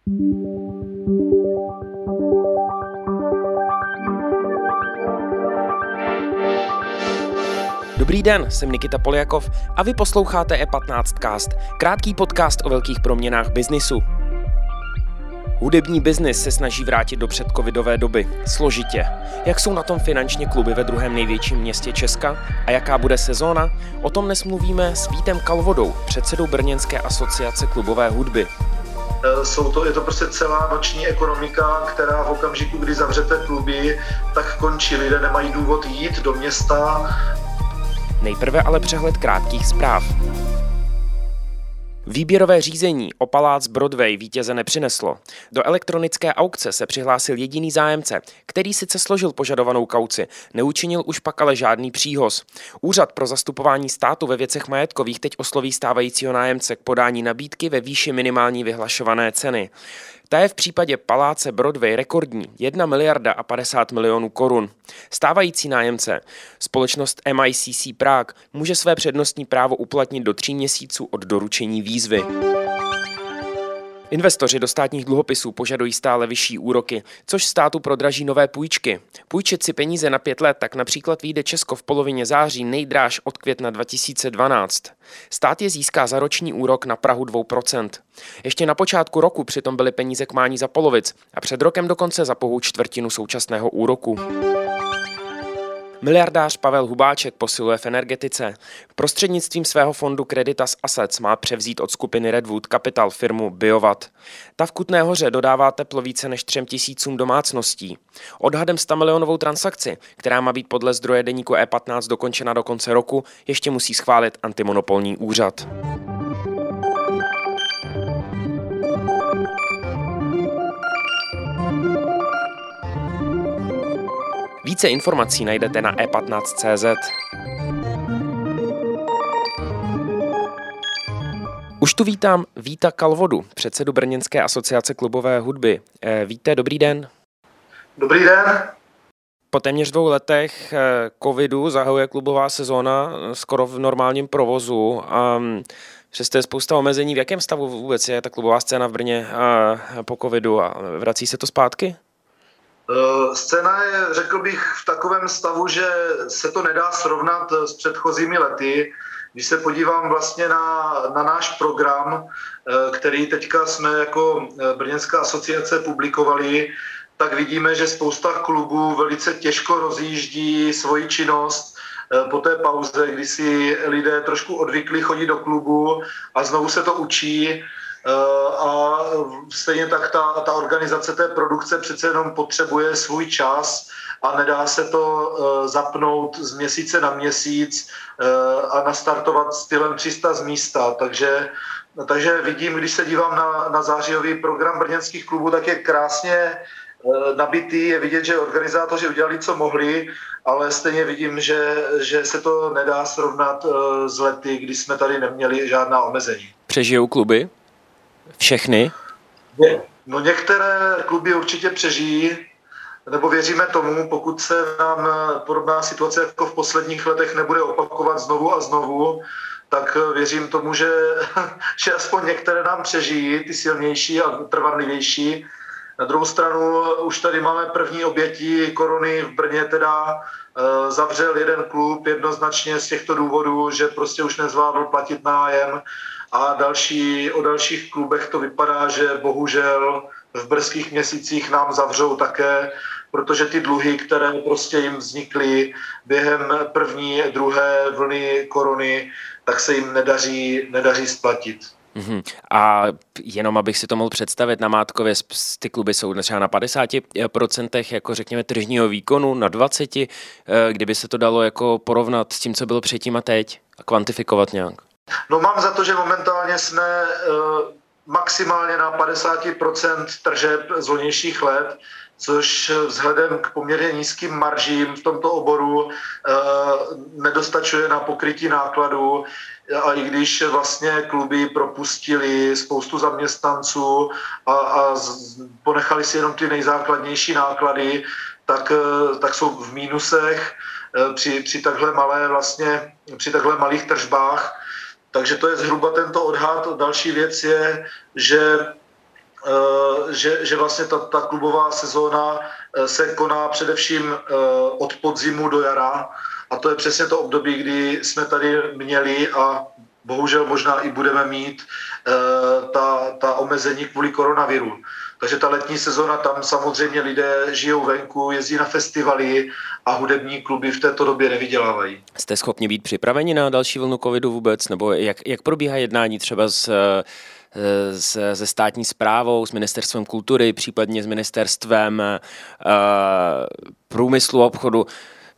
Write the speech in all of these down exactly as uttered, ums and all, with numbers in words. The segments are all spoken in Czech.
Dobrý den, jsem Nikita Poljakov a vy posloucháte E patnáct cast, krátký podcast o velkých proměnách biznisu. Hudební biznis se snaží vrátit do předcovidové doby. Složitě. Jak jsou na tom finančně kluby ve druhém největším městě Česka a jaká bude sezóna? O tom dnes mluvíme s Vítem Kalvodou, předsedou Brněnské asociace klubové hudby. Jsou to, je to prostě celá noční ekonomika, která v okamžiku, kdy zavřete kluby, tak končí. Lidé nemají důvod jít do města. Nejprve ale přehled krátkých zpráv. Výběrové řízení o palác Broadway vítěze nepřineslo. Do elektronické aukce se přihlásil jediný zájemce, který sice složil požadovanou kauci, neučinil už pak ale žádný příhoz. Úřad pro zastupování státu ve věcech majetkových teď osloví stávajícího nájemce k podání nabídky ve výši minimální vyhlašované ceny. Ta je v případě paláce Broadway rekordní, jedna miliarda a padesát milionů korun. Stávající nájemce, společnost M I C C Prague, může své přednostní právo uplatnit do tří měsíců od doručení výzvy. Investoři do státních dluhopisů požadují stále vyšší úroky, což státu prodraží nové půjčky. Půjčit si peníze na pět let tak například vyjde Česko v polovině září nejdráž od května dva tisíce dvanáct. Stát je získá za roční úrok na prahu dvě procenta. Ještě na počátku roku přitom byly peníze k mání za polovic a před rokem dokonce za pouhou čtvrtinu současného úroku. Miliardář Pavel Hubáček posiluje v energetice. Prostřednictvím svého fondu Creditas Assets má převzít od skupiny Redwood Capital firmu Biowatt. Ta v Kutné Hoře dodává teplo více než třem tisícům domácností. Odhadem sto milionovou transakci, která má být podle zdroje deníku E patnáct dokončena do konce roku, ještě musí schválit antimonopolní úřad. Více informací najdete na e patnáct tečka cé zet. Už tu vítám Víta Kalvodu, předsedu Brněnské asociace klubové hudby. Víte, dobrý den. Dobrý den. Po téměř dvou letech covidu zahajuje klubová sezóna skoro v normálním provozu. A přesto je spousta omezení. V jakém stavu vůbec je ta klubová scéna v Brně po covidu a vrací se to zpátky? Scéna je, řekl bych, v takovém stavu, že se to nedá srovnat s předchozími lety. Když se podívám vlastně na, na náš program, který teďka jsme jako Brněnská asociace publikovali, tak vidíme, že spousta klubů velice těžko rozjíždí svoji činnost po té pauze, kdy si lidé trošku odvykli chodit do klubu a znovu se to učí. A stejně tak ta, ta organizace té produkce přece jenom potřebuje svůj čas a nedá se to zapnout z měsíce na měsíc a nastartovat stylem tři sta z místa. Takže, takže vidím, když se dívám na, na zářijový program brněnských klubů, tak je krásně nabitý, je vidět, že organizátoři udělali, co mohli, ale stejně vidím, že, že se to nedá srovnat s lety, kdy jsme tady neměli žádná omezení. Přežijou kluby? Všechny? No některé kluby určitě přežijí, nebo věříme tomu, pokud se nám podobná situace jako v posledních letech nebude opakovat znovu a znovu, tak věřím tomu, že, že aspoň některé nám přežijí, ty silnější a trvanlivější. Na druhou stranu už tady máme první oběti korony v Brně, teda e, zavřel jeden klub jednoznačně z těchto důvodů, že prostě už nezvládl platit nájem. A další, o dalších klubech to vypadá, že bohužel v brzkých měsících nám zavřou také, protože ty dluhy, které prostě jim vznikly během první, druhé vlny korony, tak se jim nedaří, nedaří splatit. Uhum. A jenom abych si to mohl představit, na Mátkově ty kluby jsou třeba na padesát procent jako řekněme tržního výkonu, na dvacet procent, kdyby se to dalo jako porovnat s tím, co bylo předtím a teď a kvantifikovat nějak. No mám za to, že momentálně jsme uh, maximálně na padesát procent tržeb z loni let, což vzhledem k poměrně nízkým maržím v tomto oboru uh, nedostačuje na pokrytí nákladů. A i když vlastně kluby propustili spoustu zaměstnanců a, a z, ponechali si jenom ty nejzákladnější náklady, tak, tak jsou v mínusech při, při takhle malé vlastně, při takhle malých tržbách. Takže to je zhruba tento odhad. Další věc je, že že, že vlastně ta, ta klubová sezóna se koná především od podzimu do jara a to je přesně to období, kdy jsme tady měli a bohužel možná i budeme mít ta, ta omezení kvůli koronaviru. Takže ta letní sezóna, tam samozřejmě lidé žijou venku, jezdí na festivaly a hudební kluby v této době nevydělávají. Jste schopni být připraveni na další vlnu covidu vůbec? Nebo jak, jak probíhá jednání třeba s, s, se státní správou, s ministerstvem kultury, případně s ministerstvem uh, průmyslu a obchodu?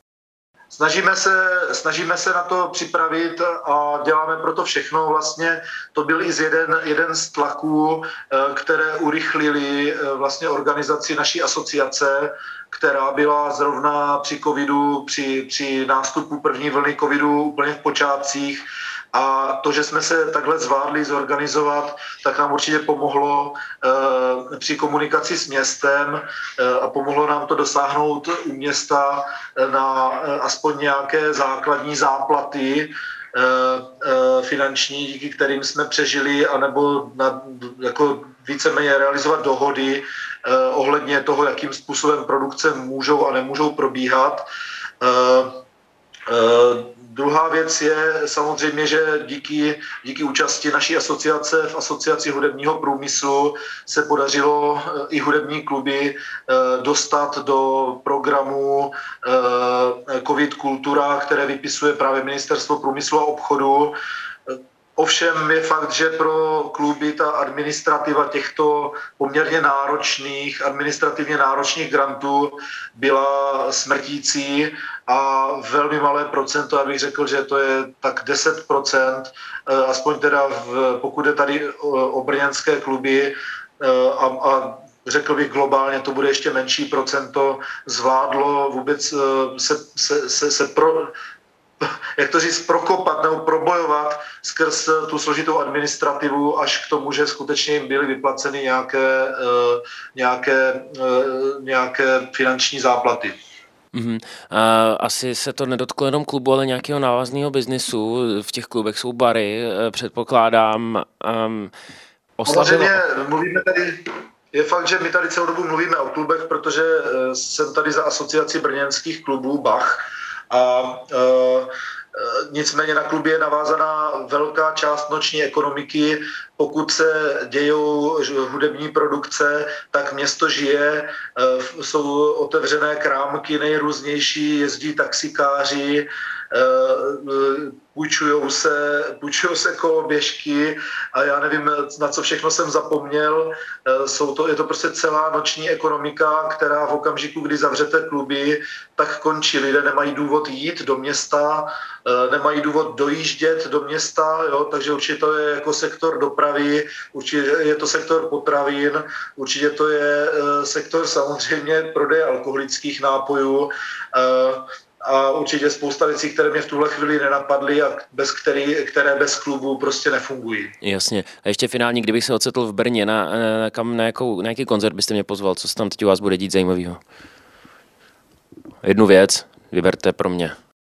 Snažíme se, snažíme se na to připravit a děláme proto všechno. Vlastně to byl i z jeden, jeden z tlaků, které urychlili vlastně organizaci naší asociace, která byla zrovna při covidu, při, při nástupu první vlny covidu úplně v počátcích. A to, že jsme se takhle zvládli zorganizovat, tak nám určitě pomohlo e, při komunikaci s městem e, a pomohlo nám to dosáhnout u města na e, aspoň nějaké základní záplaty e, e, finanční, díky kterým jsme přežili, anebo na, jako víceméně realizovat dohody e, ohledně toho, jakým způsobem produkce můžou a nemůžou probíhat. E, e, Druhá věc je samozřejmě, že díky, díky účasti naší asociace v Asociaci hudebního průmyslu se podařilo i hudební kluby dostat do programu COVID Kultura, které vypisuje právě Ministerstvo průmyslu a obchodu. Ovšem je fakt, že pro kluby ta administrativa těchto poměrně náročných, administrativně náročných grantů byla smrtící a velmi malé procento, já bych řekl, že to je tak deset procent, aspoň teda v, pokud je tady o brněnské kluby a, a řekl bych globálně, to bude ještě menší procento, zvládlo vůbec se, se, se, se pro... jak to říct, prokopat nebo probojovat skrz tu složitou administrativu až k tomu, že skutečně jim byly vyplaceny nějaké, nějaké, nějaké finanční záplaty. Mm-hmm. Asi se to nedotklo jenom klubu, ale nějakého návazného biznisu. V těch klubech jsou bary, předpokládám. Um, oslavilo... Samozřejmě mluvíme tady, je fakt, že my tady celou dobu mluvíme o klubech, protože jsem tady za asociaci brněnských klubů Bach, a e, nicméně na kluby je navázaná velká část noční ekonomiky. Pokud se dějou hudební produkce, tak město žije, e, jsou otevřené krámky nejrůznější, jezdí taxikáři, půjčujou se, půjčujou se koloběžky a já nevím, na co všechno jsem zapomněl. Jsou to, je to prostě celá noční ekonomika, která v okamžiku, kdy zavřete kluby, tak končí. Lidé nemají důvod jít do města, nemají důvod dojíždět do města, jo? Takže určitě to je jako sektor dopravy, určitě je to sektor potravin, určitě to je sektor samozřejmě prodeje alkoholických nápojů, a určitě spousta věcí, které mě v tuhle chvíli nenapadly a bez který, které bez klubu prostě nefungují. Jasně. A ještě finální, kdybych se ocitl v Brně, na, kam, na, jakou, na jaký koncert byste mě pozval? Co se tam teď u vás bude dít zajímavého? Jednu věc vyberte pro mě.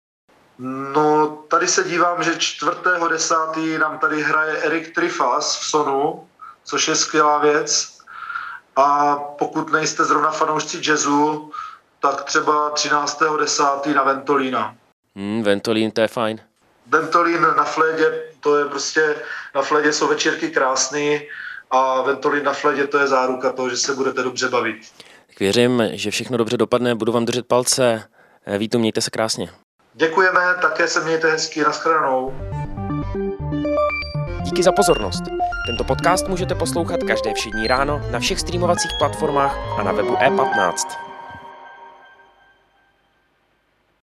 No, tady se dívám, že čtvrtého desátého nám tady hraje Erik Trifas v Sonu, což je skvělá věc. A pokud nejste zrovna fanoušci jazzu, tak třeba třináctého desátého na Ventolína. Hmm, Ventolín, to je fajn. Ventolín na Flédě, to je prostě, na Flédě jsou večírky krásný a Ventolín na Flédě, to je záruka toho, že se budete dobře bavit. Tak věřím, že všechno dobře dopadne, budu vám držet palce. Vítu, mějte se krásně. Děkujeme, také se mějte hezky, nashledanou. Díky za pozornost. Tento podcast můžete poslouchat každé všední ráno na všech streamovacích platformách a na webu E patnáct.